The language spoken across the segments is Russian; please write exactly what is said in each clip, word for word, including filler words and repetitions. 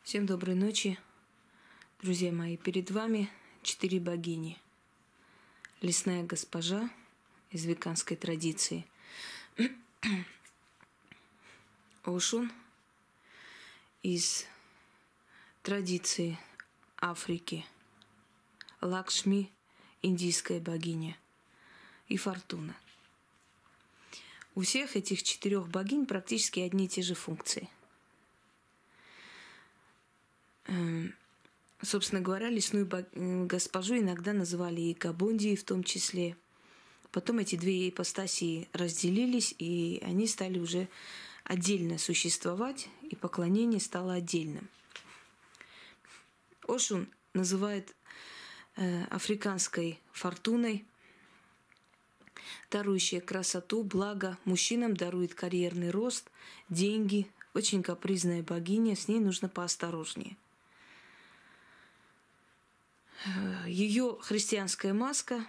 Всем доброй ночи, друзья мои. Перед вами четыре богини. Лесная госпожа из веканской традиции, Ошун из традиции Африки, Лакшми, индийская богиня, и Фортуна. У всех этих четырех богинь практически одни и те же функции. Собственно говоря, лесную госпожу иногда называли и Кабондией в том числе. Потом эти две ипостаси разделились, и они стали уже отдельно существовать, и поклонение стало отдельным. Ошун называет э, африканской фортуной, дарующая красоту, благо. Мужчинам дарует карьерный рост, деньги. Очень капризная богиня, с ней нужно поосторожнее. Ее христианская маска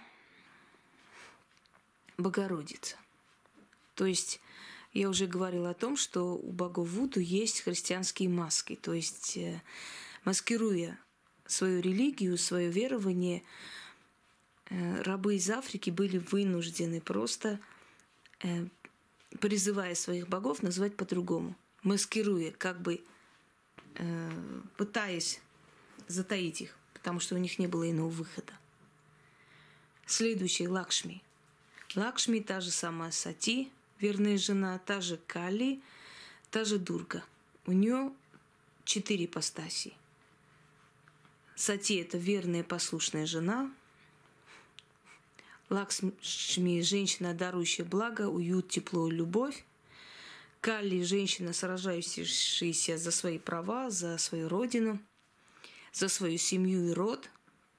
– Богородица. То есть я уже говорила о том, что у богов Вуду есть христианские маски. То есть маскируя свою религию, свое верование, рабы из Африки были вынуждены просто, призывая своих богов, назвать по-другому. Маскируя, как бы пытаясь затаить их, потому что у них не было иного выхода. Следующий — Лакшми. Лакшми — та же самая Сати, верная жена, та же Кали, та же Дурга. У нее четыре ипостаси. Сати — это верная послушная жена. Лакшми — женщина, дарующая благо, уют, тепло и любовь. Кали — женщина, сражающаяся за свои права, за свою родину, за свою семью и род.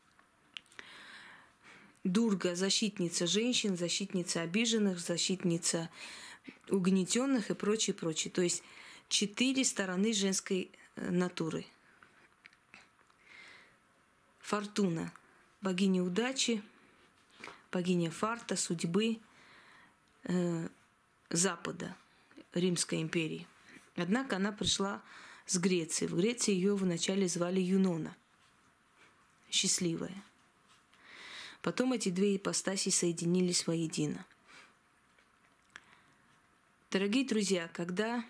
Дурга — защитница женщин, защитница обиженных, защитница угнетенных и прочее, прочее. То есть четыре стороны женской натуры. Фортуна — богиня удачи, богиня фарта, судьбы, э, Запада, Римской империи. Однако она пришла с Греции. В Греции ее вначале звали Юнона, счастливая. Потом эти две ипостаси соединились воедино. Дорогие друзья, когда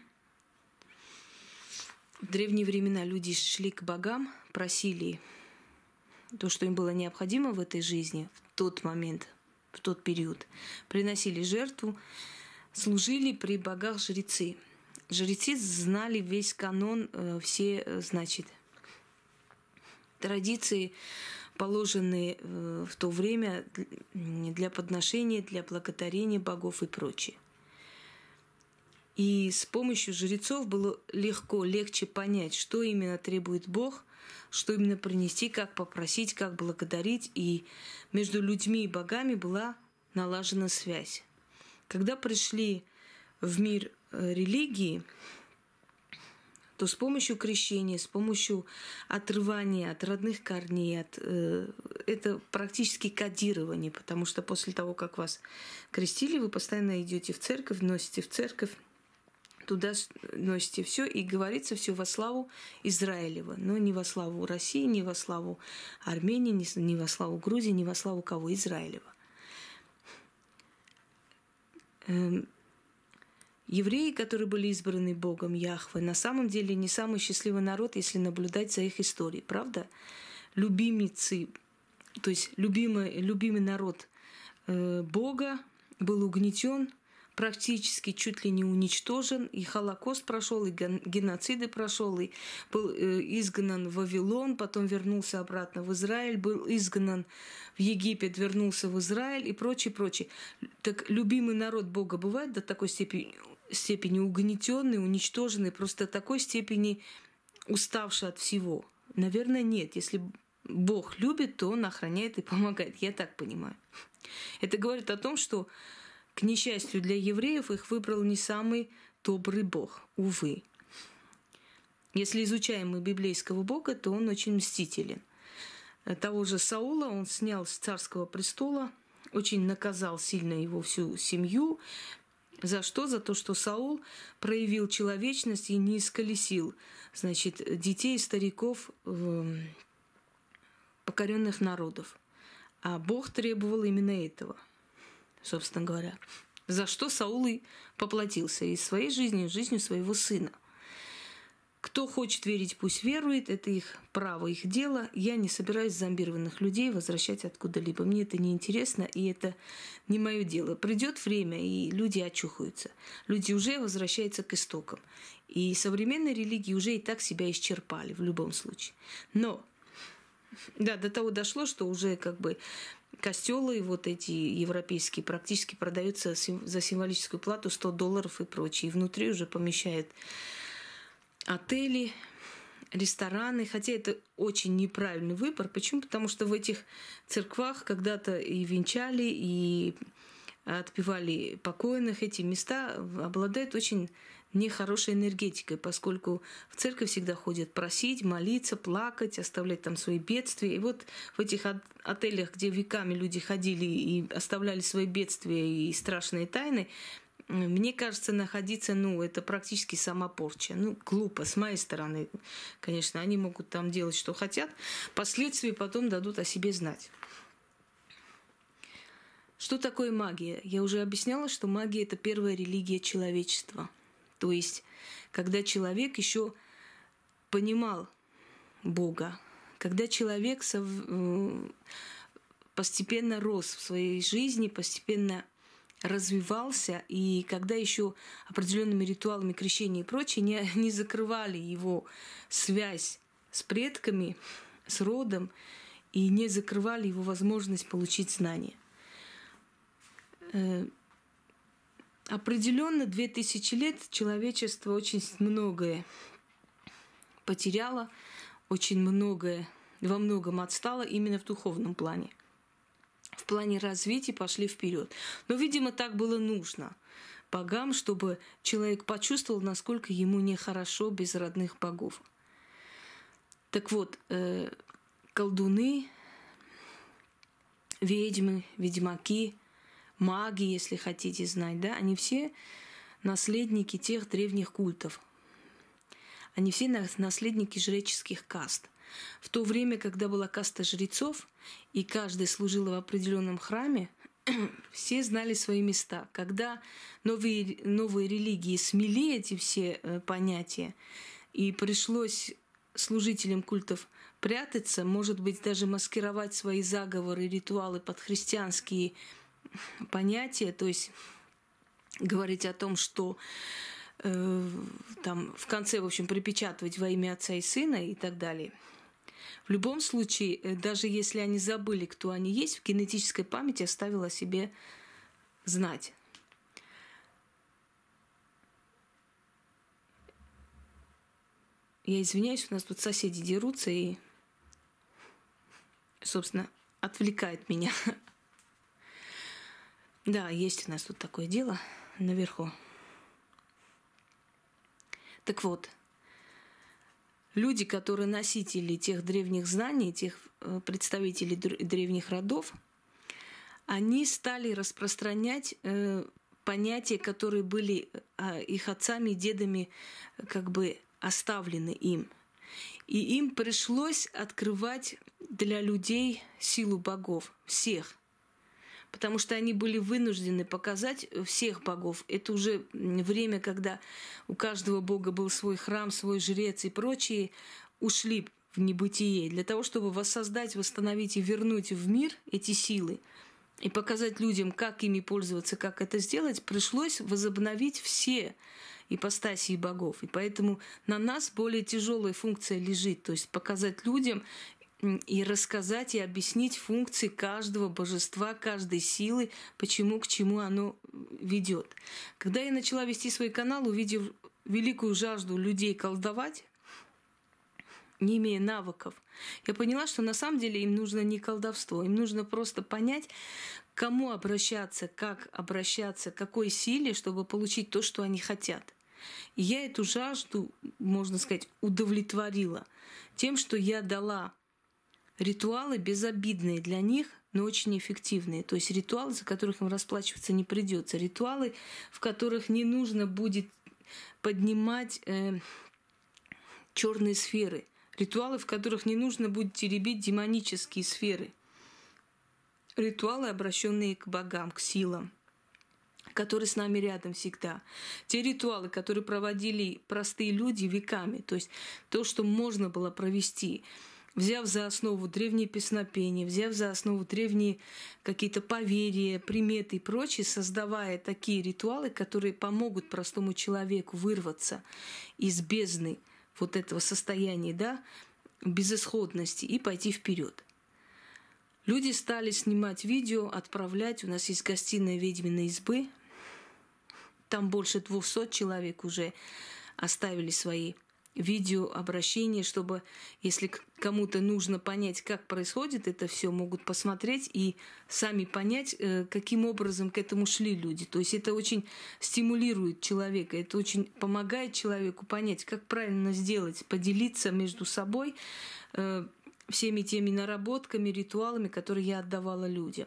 в древние времена люди шли к богам, просили то, что им было необходимо в этой жизни, в тот момент, в тот период, приносили жертву, служили при богах жрецы. Жрецы знали весь канон, все, значит, традиции, положенные в то время для подношения, для благодарения богов и прочее. И с помощью жрецов было легко, легче понять, что именно требует Бог, что именно принести, как попросить, как благодарить. И между людьми и богами была налажена связь. Когда пришли в мир религии, то с помощью крещения, с помощью отрывания от родных корней, от, э, это практически кодирование, потому что после того, как вас крестили, вы постоянно идете в церковь, носите в церковь, туда носите все, и говорится все во славу Израилева, но не во славу России, не во славу Армении, не, не во славу Грузии, не во славу кого? Израилева. Эм, Евреи, которые были избраны Богом Яхве, на самом деле не самый счастливый народ, если наблюдать за их историей, правда? Любимицы, то есть любимый, любимый народ э, Бога был угнетен, практически чуть ли не уничтожен, и Холокост прошел, и геноциды прошел, и был э, изгнан в Вавилон, потом вернулся обратно в Израиль, был изгнан в Египет, вернулся в Израиль и прочее, прочее. Так любимый народ Бога бывает до такой степени, степени угнетенный, уничтоженный, просто до такой степени уставший от всего? Наверное, нет. Если Бог любит, то Он охраняет и помогает. Я так понимаю. Это говорит о том, что, к несчастью для евреев, их выбрал не самый добрый Бог, увы. Если изучаем мы библейского Бога, то он очень мстителен. Того же Саула он снял с царского престола, очень наказал сильно его всю семью, За что? За то, что Саул проявил человечность и не исколесил, значит, детей и стариков покоренных народов. А Бог требовал именно этого, собственно говоря. За что Саул и поплатился и своей жизнью, и жизнью своего сына. Кто хочет верить, пусть верует, это их право, их дело. Я не собираюсь зомбированных людей возвращать откуда-либо. Мне это не интересно, и это не мое дело. Придет время, и люди очухаются. Люди уже возвращаются к истокам. И современные религии уже и так себя исчерпали в любом случае. Но, да, до того дошло, что уже как бы костелы вот эти европейские практически продаются за символическую плату сто долларов и прочее. И внутри уже помещают отели, рестораны, хотя это очень неправильный выбор. Почему? Потому что в этих церквах когда-то и венчали, и отпевали покойных. Эти места обладают очень нехорошей энергетикой, поскольку в церковь всегда ходят просить, молиться, плакать, оставлять там свои бедствия. И вот в этих отелях, где веками люди ходили и оставляли свои бедствия и страшные тайны, мне кажется, находиться, ну, это практически самопорча. Ну, глупо, с моей стороны. Конечно, они могут там делать, что хотят. Последствия потом дадут о себе знать. Что такое магия? Я уже объясняла, что магия – это первая религия человечества. То есть, когда человек еще понимал Бога, когда человек постепенно рос в своей жизни, постепенно развивался, и когда еще определенными ритуалами крещения и прочее не, не закрывали его связь с предками, с родом, и не закрывали его возможность получить знания. Э, определенно, две тысячи лет человечество очень многое потеряло, очень многое, во многом отстало именно в духовном плане. В плане развития пошли вперед. Но, видимо, так было нужно богам, чтобы человек почувствовал, насколько ему нехорошо без родных богов. Так вот, э, колдуны, ведьмы, ведьмаки, маги, если хотите знать, да, они все наследники тех древних культов. Они все наследники жреческих каст. В то время, когда была каста жрецов, и каждый служил в определенном храме, все знали свои места. Когда новые, новые религии смели эти все понятия, и пришлось служителям культов прятаться, может быть, даже маскировать свои заговоры, ритуалы под христианские понятия, то есть говорить о том, что э, там в конце, в общем, припечатывать во имя Отца и Сына и так далее. В любом случае, даже если они забыли, кто они есть, в генетической памяти оставила о себе знать. Я извиняюсь, у нас тут соседи дерутся и, собственно, отвлекает меня. Да, есть у нас тут такое дело наверху. Так вот, люди, которые носители тех древних знаний, тех представителей древних родов, они стали распространять понятия, которые были их отцами и дедами как бы оставлены им. И им пришлось открывать для людей силу богов, всех. Потому что они были вынуждены показать всех богов. Это уже время, когда у каждого бога был свой храм, свой жрец и прочие, ушли в небытие. Для того, чтобы воссоздать, восстановить и вернуть в мир эти силы и показать людям, как ими пользоваться, как это сделать, пришлось возобновить все ипостасии богов. И поэтому на нас более тяжелая функция лежит, то есть показать людям и рассказать и объяснить функции каждого божества, каждой силы, почему к чему оно ведет. Когда я начала вести свой канал, увидев великую жажду людей колдовать, не имея навыков, я поняла, что на самом деле им нужно не колдовство, им нужно просто понять, к кому обращаться, как обращаться, к какой силе, чтобы получить то, что они хотят. И я эту жажду, можно сказать, удовлетворила тем, что я дала ритуалы безобидные для них, но очень эффективные. То есть ритуалы, за которых им расплачиваться не придется. Ритуалы, в которых не нужно будет поднимать э, черные сферы. Ритуалы, в которых не нужно будет теребить демонические сферы. Ритуалы, обращенные к богам, к силам, которые с нами рядом всегда. Те ритуалы, которые проводили простые люди веками, то есть то, что можно было провести, взяв за основу древние песнопения, взяв за основу древние какие-то поверья, приметы и прочее, создавая такие ритуалы, которые помогут простому человеку вырваться из бездны вот этого состояния, да, безысходности и пойти вперед. Люди стали снимать видео, отправлять. У нас есть гостиная ведьминой избы. Там больше двухсот человек уже оставили свои видеообращения, чтобы, если кому-то нужно понять, как происходит это все, могут посмотреть и сами понять, каким образом к этому шли люди. То есть это очень стимулирует человека, это очень помогает человеку понять, как правильно сделать, поделиться между собой всеми теми наработками, ритуалами, которые я отдавала людям.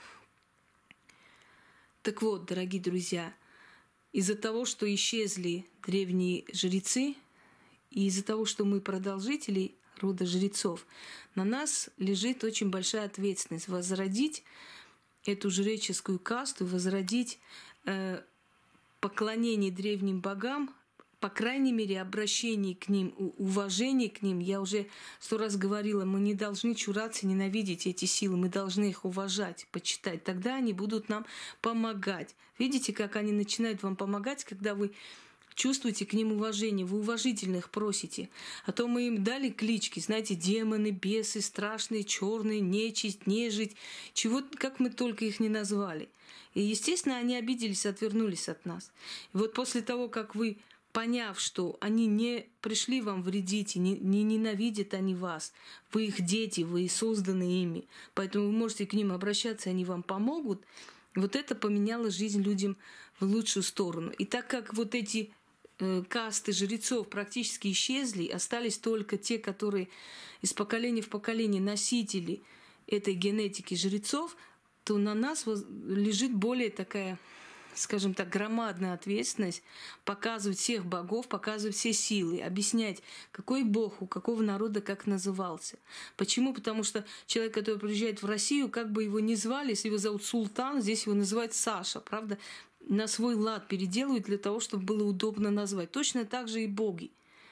Так вот, дорогие друзья, из-за того, что исчезли древние жрецы, и из-за того, что мы продолжители рода жрецов, на нас лежит очень большая ответственность возродить эту жреческую касту, возродить э, поклонение древним богам, по крайней мере, обращение к ним, уважение к ним. Я уже сто раз говорила, мы не должны чураться, ненавидеть эти силы, мы должны их уважать, почитать. Тогда они будут нам помогать. Видите, как они начинают вам помогать, когда вы чувствуете к ним уважение, вы уважительно их просите. А то мы им дали клички, знаете, демоны, бесы, страшные, черные, нечисть, нежить, чего, как мы только их не назвали. И, естественно, они обиделись, отвернулись от нас. И вот после того, как вы, поняв, что они не пришли вам вредить, и не, не ненавидят они вас, вы их дети, вы созданы ими, поэтому вы можете к ним обращаться, они вам помогут, вот это поменяло жизнь людям в лучшую сторону. И так как вот эти э, касты жрецов практически исчезли, остались только те, которые из поколения в поколение носители этой генетики жрецов, то на нас лежит более такая, скажем так, громадная ответственность показывать всех богов, показывать все силы, объяснять, какой бог у какого народа как назывался. Почему? Потому что человек, который приезжает в Россию, как бы его ни звали, если его зовут Султан, здесь его называют Саша, правда? На свой лад переделывают для того, чтобы было удобно назвать. Точно так же и боги.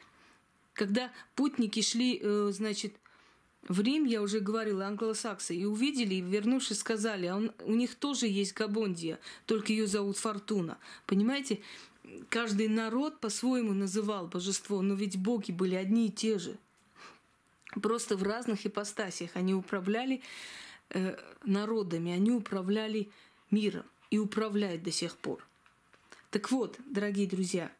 Когда путники шли, значит, в Рим, я уже говорила, англосаксы, и увидели, и вернувшись, сказали, а он, у них тоже есть Габондия, только ее зовут Фортуна. Понимаете, каждый народ по-своему называл божество, но ведь боги были одни и те же. Просто в разных ипостасиях они управляли э, народами, они управляли миром и управляют до сих пор. Так вот, дорогие друзья,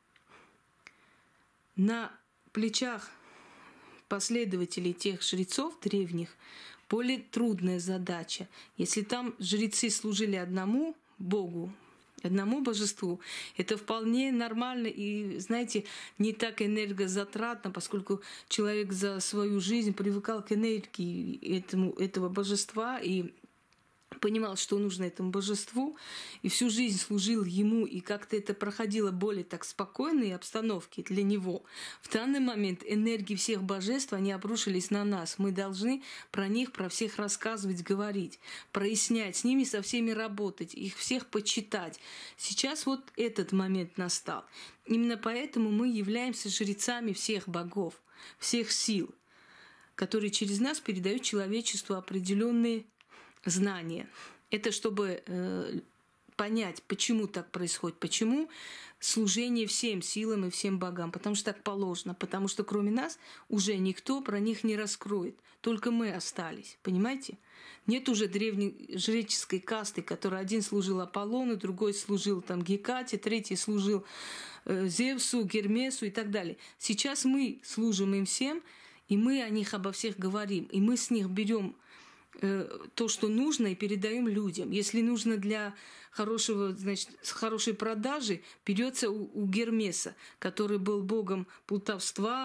на плечах последователей тех жрецов древних более трудная задача. Если там жрецы служили одному богу, одному божеству, это вполне нормально и, знаете, не так энергозатратно, поскольку человек за свою жизнь привыкал к энергии этому, этого божества и понимал, что нужно этому божеству, и всю жизнь служил ему, и как-то это проходило более так спокойные обстановки для него. В данный момент энергии всех божеств, они обрушились на нас. Мы должны про них, про всех рассказывать, говорить, прояснять, с ними со всеми работать, их всех почитать. Сейчас вот этот момент настал. Именно поэтому мы являемся жрецами всех богов, всех сил, которые через нас передают человечеству определенные знания. Это чтобы э, понять, почему так происходит, почему служение всем силам и всем богам, потому что так положено, потому что кроме нас уже никто про них не раскроет, только мы остались, понимаете? Нет уже древней жреческой касты, которая один служил Аполлону, другой служил там Гекате, третий служил э, Зевсу, Гермесу и так далее. Сейчас мы служим им всем, и мы о них обо всех говорим, и мы с них берем то, что нужно, и передаем людям. Если нужно для хорошего, значит, хорошей продажи, берется у, у Гермеса, который был богом плутовства,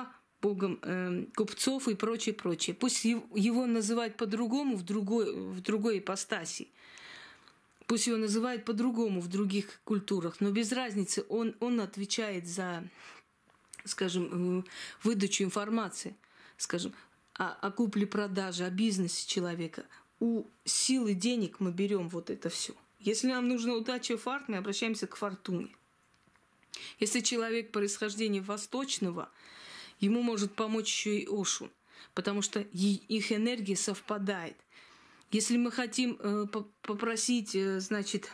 богом э, купцов и прочее, прочее. Пусть его называют по-другому в другой, в другой ипостаси. Пусть его называют по-другому в других культурах, но без разницы, он, он отвечает за, скажем, выдачу информации, скажем, о, о купле-продаже, о бизнесе человека. У силы денег мы берем вот это все. Если нам нужна удача, фарт, мы обращаемся к фортуне. Если человек происхождения восточного, ему может помочь еще и Ошун, потому что их энергия совпадает. Если мы хотим э, попросить, э, значит,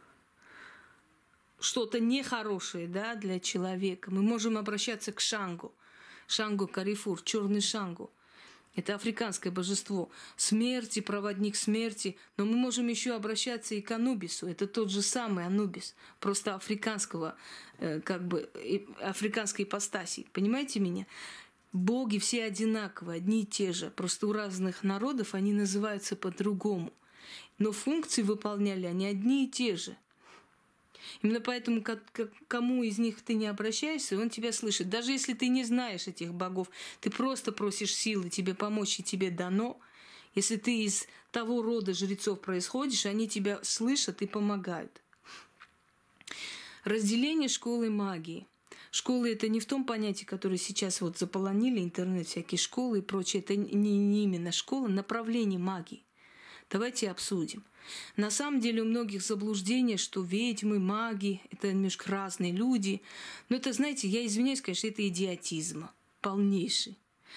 что-то нехорошее, да, для человека, мы можем обращаться к Шангу. Шангу Карифур, черный Шангу. Это африканское божество смерти, проводник смерти. Но мы можем еще обращаться и к Анубису. Это тот же самый Анубис, просто африканского, э, как бы, э, африканской ипостаси. Понимаете меня? Боги все одинаковые, одни и те же. Просто у разных народов они называются по-другому. Но функции выполняли они одни и те же. Именно поэтому к кому из них ты не обращаешься, он тебя слышит. Даже если ты не знаешь этих богов, ты просто просишь силы тебе помочь, и тебе дано. Если ты из того рода жрецов происходишь, они тебя слышат и помогают. Разделение школы магии. Школы — это не в том понятии, которое сейчас вот заполонили интернет, всякие школы и прочее. Это не, не именно школа, направление магии. Давайте обсудим. На самом деле у многих заблуждение, что ведьмы, маги — это немножко разные люди. Но это, знаете, я извиняюсь, конечно, это идиотизм полнейший.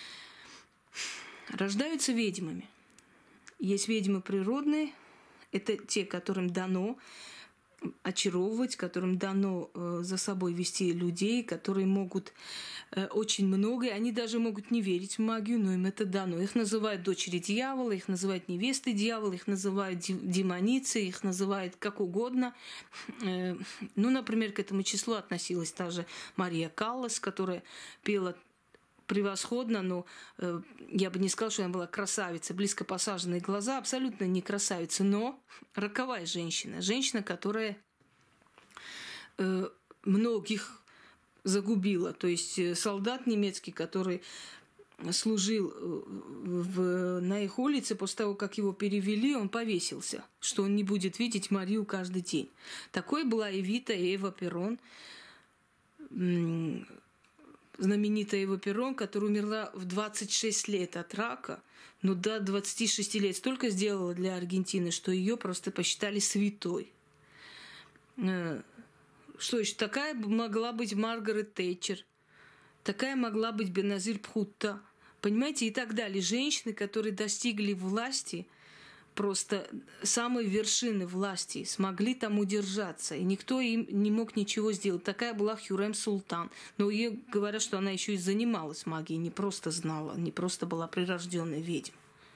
Рождаются ведьмами. Есть ведьмы природные, это те, которым дано очаровывать, которым дано э, за собой вести людей, которые могут э, очень многое. Они даже могут не верить в магию, но им это дано. Их называют дочери дьявола, их называют невесты дьявола, их называют демоницы, их называют как угодно. Э, ну, например, к этому числу относилась та же Мария Каллас, которая пела превосходно, но э, я бы не сказала, что она была красавица, близко посаженные глаза, абсолютно не красавица, но роковая женщина. Женщина, которая э, многих загубила. То есть солдат немецкий, который служил в, на их улице, после того, как его перевели, он повесился, что он не будет видеть Марию каждый день. Такой была Эвита Эва Перрон, знаменитая Эва Перрон, которая умерла в двадцать шесть лет от рака, но до двадцати шести лет столько сделала для Аргентины, что ее просто посчитали святой. Что еще? Такая могла быть Маргарет Тэтчер, такая могла быть Беназир Бхутто, понимаете, и так далее. Женщины, которые достигли власти, просто самой вершины власти, смогли там удержаться, и никто им не мог ничего сделать. Такая была Хюррем Султан. Но ей говорят, что она еще и занималась магией, не просто знала, не просто была прирожденная ведьма.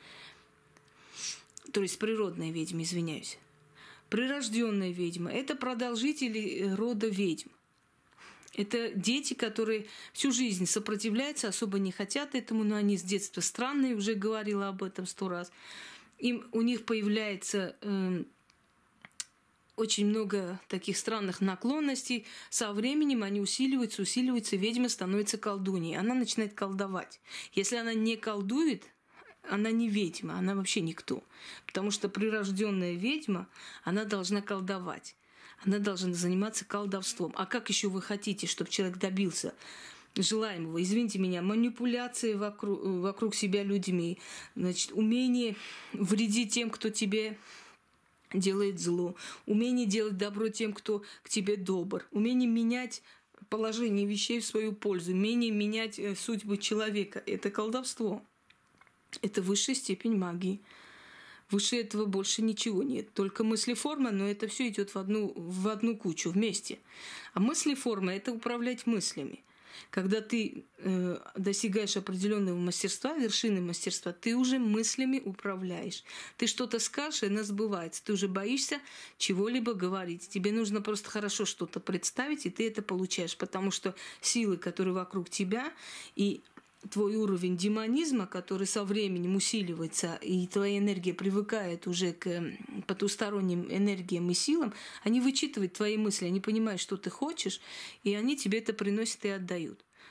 То есть природная ведьма, извиняюсь. Прирожденная ведьма – это продолжители рода ведьм. Это дети, которые всю жизнь сопротивляются, особо не хотят этому, но они с детства странные, уже говорила об этом сто раз. Им, у них появляется э, очень много таких странных наклонностей. Со временем они усиливаются, усиливаются, ведьма становится колдуньей. Она начинает колдовать. Если она не колдует, она не ведьма, она вообще никто. Потому что прирожденная ведьма, она должна колдовать. Она должна заниматься колдовством. А как еще вы хотите, чтобы человек добился желаемого? Извините меня, манипуляции вокруг, вокруг себя людьми, значит, умение вредить тем, кто тебе делает зло, умение делать добро тем, кто к тебе добр, умение менять положение вещей в свою пользу, умение менять судьбу человека. Это колдовство. Это высшая степень магии. Выше этого больше ничего нет. Только мыслеформа, но это все идет в одну, в одну кучу вместе. А мыслеформа – это управлять мыслями. Когда ты э, достигаешь определенного мастерства, вершины мастерства, ты уже мыслями управляешь. Ты что-то скажешь, и она сбывается. Ты уже боишься чего-либо говорить. Тебе нужно просто хорошо что-то представить, и ты это получаешь. Потому что силы, которые вокруг тебя, и твой уровень демонизма, который со временем усиливается, и твоя энергия привыкает уже к потусторонним энергиям и силам, они вычитывают твои мысли, они понимают, что ты хочешь, и они тебе это приносят и отдают.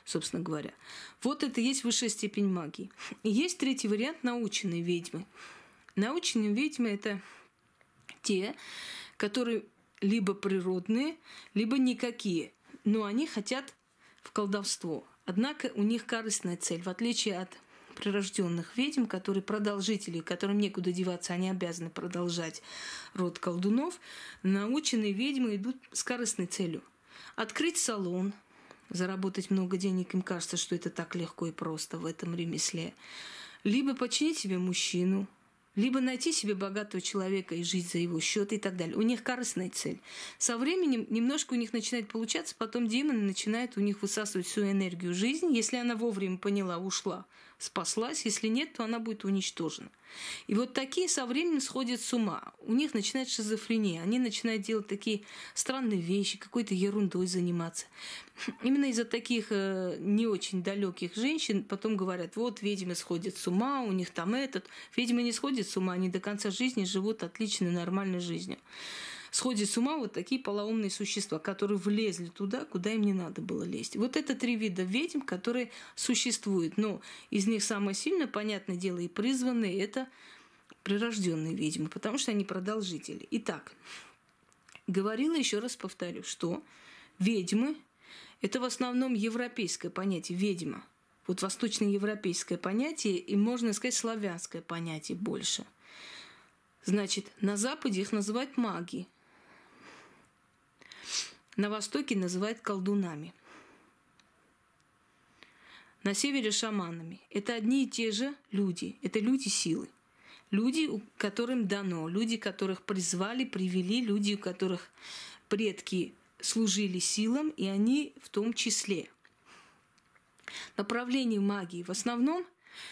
собственно говоря. Вот это и есть высшая степень магии. И есть третий вариант – наученные ведьмы. Наученные ведьмы – это те, которые либо природные, либо никакие, но они хотят в колдовство. Однако у них корыстная цель, в отличие от прирожденных ведьм, которые продолжители, которым некуда деваться, они обязаны продолжать род колдунов. Наученные ведьмы идут с корыстной целью. Открыть салон, заработать много денег, им кажется, что это так легко и просто в этом ремесле. Либо починить себе мужчину, либо найти себе богатого человека и жить за его счет и так далее. У них корыстная цель. Со временем немножко у них начинает получаться, потом демоны начинают у них высасывать всю энергию жизни. Если она вовремя поняла, ушла, спаслась. Если нет, то она будет уничтожена. И вот такие со временем сходят с ума. У них начинает шизофрения. Они начинают делать такие странные вещи, какой-то ерундой заниматься. Именно из-за таких э, не очень далеких женщин потом говорят, вот ведьмы сходят с ума, у них там этот. Ведьмы не сходят с ума, они до конца жизни живут отличной, нормальной жизнью. Сходят с ума вот такие полоумные существа, которые влезли туда, куда им не надо было лезть. Вот это три вида ведьм, которые существуют. Но из них самое сильное, понятное дело, и призванные – это прирожденные ведьмы, потому что они продолжители. Итак, говорила, еще раз повторю, что ведьмы – это в основном европейское понятие «ведьма». Вот восточноевропейское понятие и, можно сказать, славянское понятие больше. Значит, на Западе их называют маги. На Востоке называют колдунами. На Севере – шаманами. Это одни и те же люди. Это люди силы. Люди, которым дано. Люди, которых призвали, привели. Люди, у которых предки служили силам, и они в том числе. Направление магии в основном,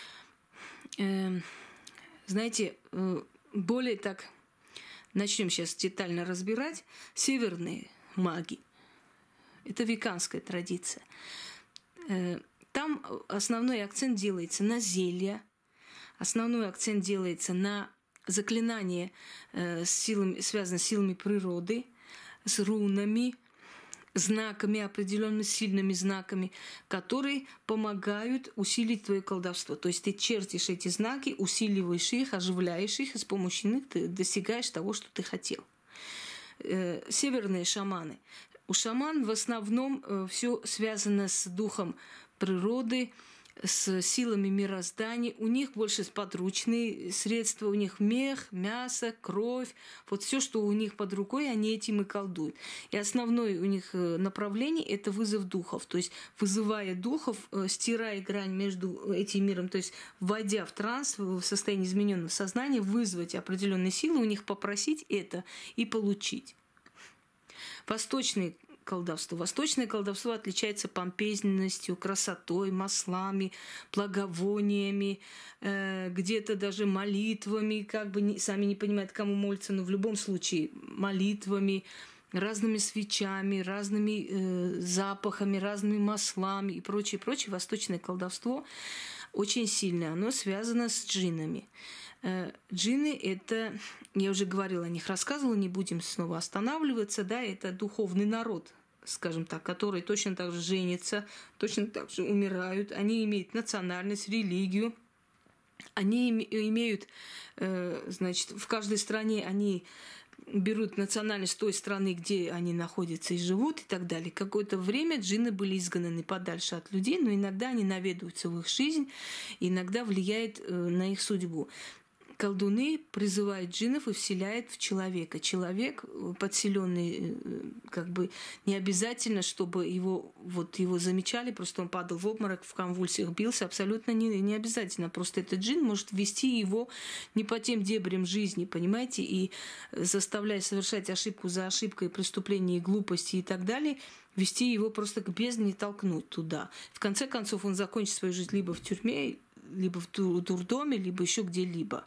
э, знаете, э, более так, начнем сейчас детально разбирать, северные маги. Это веканская традиция. Э, там основной акцент делается на зелья, основной акцент делается на заклинания, э, с силами, связанные с силами природы, с рунами, знаками, определенно сильными знаками, которые помогают усилить твое колдовство. То есть ты чертишь эти знаки, усиливаешь их, оживляешь их, и с помощью них ты достигаешь того, что ты хотел. Э, северные шаманы. У шаман в основном э, все связано с духом природы, с силами мироздания. У них больше подручные средства, у них мех, мясо, кровь. Вот все, что у них под рукой, они этим и колдуют. И основное у них направление – это вызов духов. То есть вызывая духов, стирая грань между этим миром, то есть вводя в транс, в состояние измененного сознания, вызвать определенные силы, у них попросить это и получить. Восточные колдовство. Восточное колдовство отличается помпезностью, красотой, маслами, благовониями, э, где-то даже молитвами, как бы не, сами не понимают, кому молиться, но в любом случае молитвами, разными свечами, разными э, запахами, разными маслами и прочее, прочее. Восточное колдовство очень сильное, оно связано с джиннами. Джинны – это, я уже говорила о них, рассказывала, не будем снова останавливаться, да, это духовный народ, скажем так, который точно так же женится, точно так же умирают, они имеют национальность, религию, они имеют, значит, в каждой стране они берут национальность той страны, где они находятся и живут и так далее. Какое-то время джинны были изгнаны подальше от людей, но иногда они наведываются в их жизнь, иногда влияют на их судьбу. Колдуны призывают джиннов и вселяют в человека. Человек, подселенный, как бы не обязательно, чтобы его, вот, его замечали, просто он падал в обморок, в конвульсиях бился, абсолютно не, не обязательно. Просто этот джин может ввести его не по тем дебрям жизни, понимаете, и заставляя совершать ошибку за ошибкой, преступления, глупости и так далее, вести его просто к бездне и толкнуть туда. В конце концов, он закончит свою жизнь либо в тюрьме, либо в дурдоме, либо еще где-либо.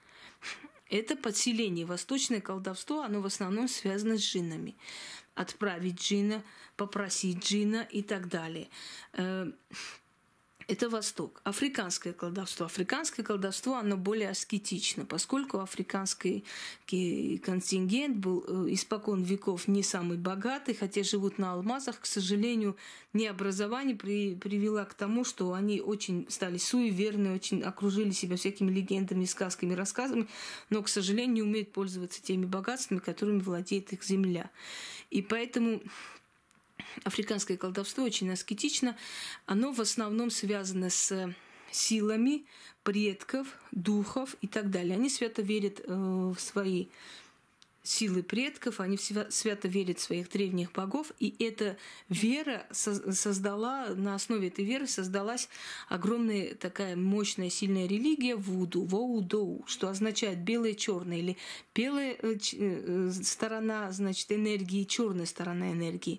Это подселение. Восточное колдовство, оно в основном связано с джиннами. Отправить джинна, попросить джинна и так далее. Это Восток. Африканское колдовство. Африканское колдовство, оно более аскетично, поскольку африканский контингент был испокон веков не самый богатый, хотя живут на алмазах. К сожалению, необразование при, привело к тому, что они очень стали суеверны, очень окружили себя всякими легендами, сказками, рассказами, но, к сожалению, не умеют пользоваться теми богатствами, которыми владеет их земля. И поэтому африканское колдовство очень аскетично. Оно в основном связано с силами предков, духов и так далее. Они свято верят в свои силы предков, они свято верят в своих древних богов. И эта вера создала, на основе этой веры создалась огромная такая мощная, сильная религия вуду, воудоу, что означает белое и черное, или белая сторона, значит, энергии, черная сторона энергии.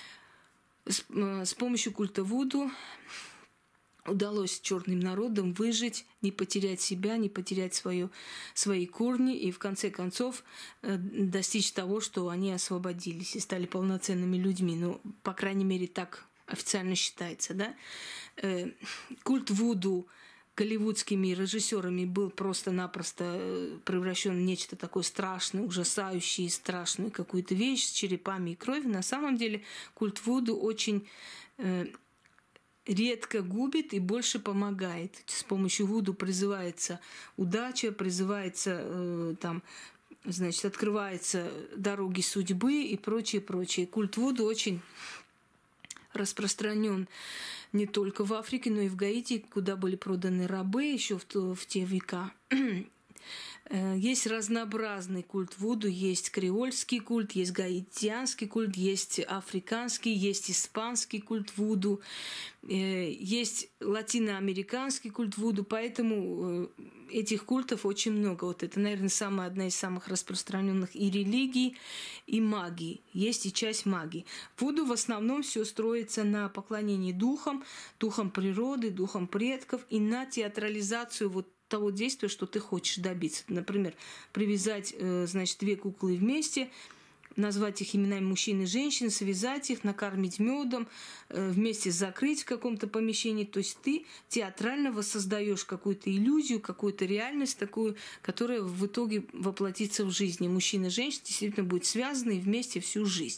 С помощью культа вуду удалось черным народам выжить, не потерять себя, не потерять свое, свои корни и в конце концов достичь того, что они освободились и стали полноценными людьми. Ну, по крайней мере, так официально считается. Да? Культ вуду голливудскими режиссерами был просто-напросто превращен в нечто такое страшное, ужасающее, страшную какую-то вещь с черепами и кровью. На самом деле культ вуду очень э, редко губит и больше помогает. С помощью вуду призывается удача, призывается э, там, значит, открываются дороги судьбы и прочее, прочее. Культ вуду очень распространен не только в Африке, но и в Гаити, куда были проданы рабы еще в, то, в те века. Есть разнообразный культ вуду, есть креольский культ, есть гаитянский культ, есть африканский, есть испанский культ вуду, есть латиноамериканский культ вуду, поэтому этих культов очень много. Вот это, наверное, самая одна из самых распространенных и религий, и магии. Есть и часть магии. Вуду в основном все строится на поклонении духам, духам природы, духам предков и на театрализацию вот того действия, что ты хочешь добиться. Например, привязать, значит, две куклы вместе, назвать их именами мужчин и женщин, связать их, накормить медом, вместе закрыть в каком-то помещении. То есть ты театрально воссоздаешь какую-то иллюзию, какую-то реальность такую, которая в итоге воплотится в жизни. Мужчина и женщина действительно будут связаны вместе всю жизнь.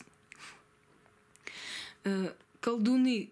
Колдуны,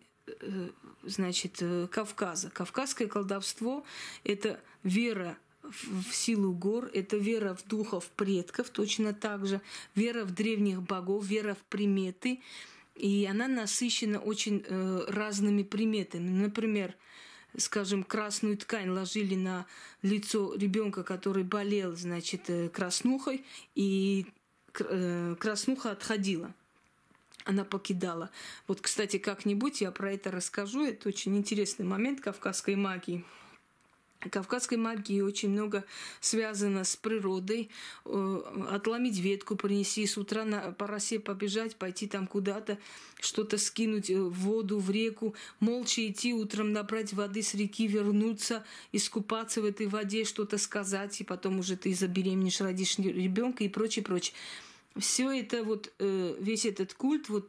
значит, Кавказа. Кавказское колдовство – это вера в силу гор, это вера в духов предков точно так же, вера в древних богов, вера в приметы. И она насыщена очень разными приметами. Например, скажем, красную ткань ложили на лицо ребенка, который болел, значит, краснухой, и краснуха отходила. Она покидала. Вот, кстати, как-нибудь я про это расскажу. Это очень интересный момент кавказской магии. Кавказской магии очень много связано с природой. Отломить ветку, принеси с утра на, по росе побежать, пойти там куда-то, что-то скинуть в воду, в реку, молча идти утром, набрать воды с реки, вернуться, искупаться в этой воде, что-то сказать, и потом уже ты забеременеешь, родишь ребенка и прочее, прочее. Все это вот, весь этот культ вот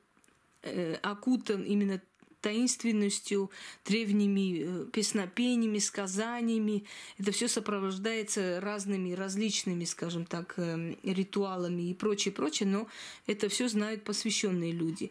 окутан именно таинственностью, древними песнопениями, сказаниями. Это все сопровождается разными различными, скажем так, ритуалами и прочее, прочее, но это все знают посвященные люди.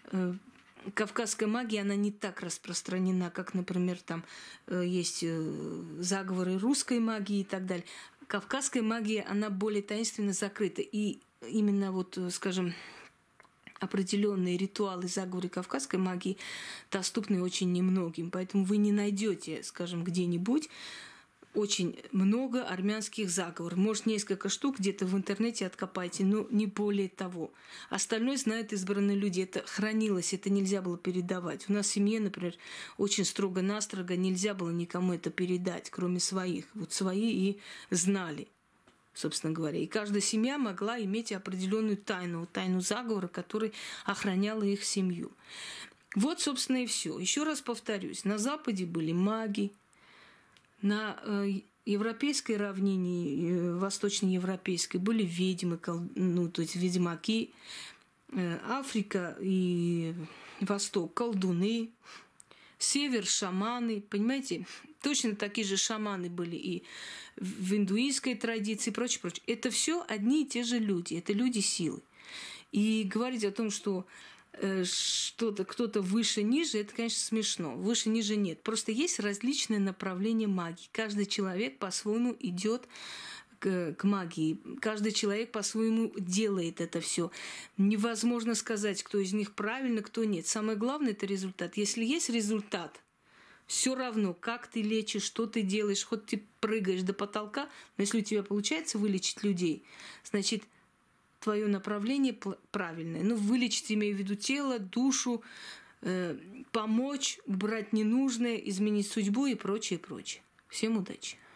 Кавказская магия, она не так распространена, как, например, там есть заговоры русской магии и так далее. Кавказская магия, она более таинственно закрыта. И именно вот, скажем, определенные ритуалы, заговоры кавказской магии доступны очень немногим. Поэтому вы не найдете, скажем, где-нибудь очень много армянских заговоров. Может, несколько штук где-то в интернете откопайте, но не более того. Остальное знают избранные люди. Это хранилось, это нельзя было передавать. У нас в семье, например, очень строго-настрого нельзя было никому это передать, кроме своих. Вот свои и знали, собственно говоря. И каждая семья могла иметь определенную тайну, тайну заговора, которая охраняла их семью. Вот, собственно, и все. Еще раз повторюсь, на Западе были маги, на европейской равнине, восточноевропейской, были ведьмы, ну, то есть ведьмаки, Африка и Восток, колдуны, Север — шаманы, понимаете? Точно такие же шаманы были и в индуистской традиции и прочее, прочее. Это все одни и те же люди, это люди силы. И говорить о том, что э, что-то, кто-то выше-ниже, это, конечно, смешно. Выше-ниже нет. Просто есть различные направления магии. Каждый человек по-своему идет к, к магии. Каждый человек по-своему делает это все. Невозможно сказать, кто из них правильно, кто нет. Самое главное — это результат. Если есть результат, все равно, как ты лечишь, что ты делаешь, хоть ты прыгаешь до потолка, но если у тебя получается вылечить людей, значит, твое направление правильное. Ну, вылечить, имею в виду тело, душу, э, помочь, убрать ненужное, изменить судьбу и прочее, прочее. Всем удачи!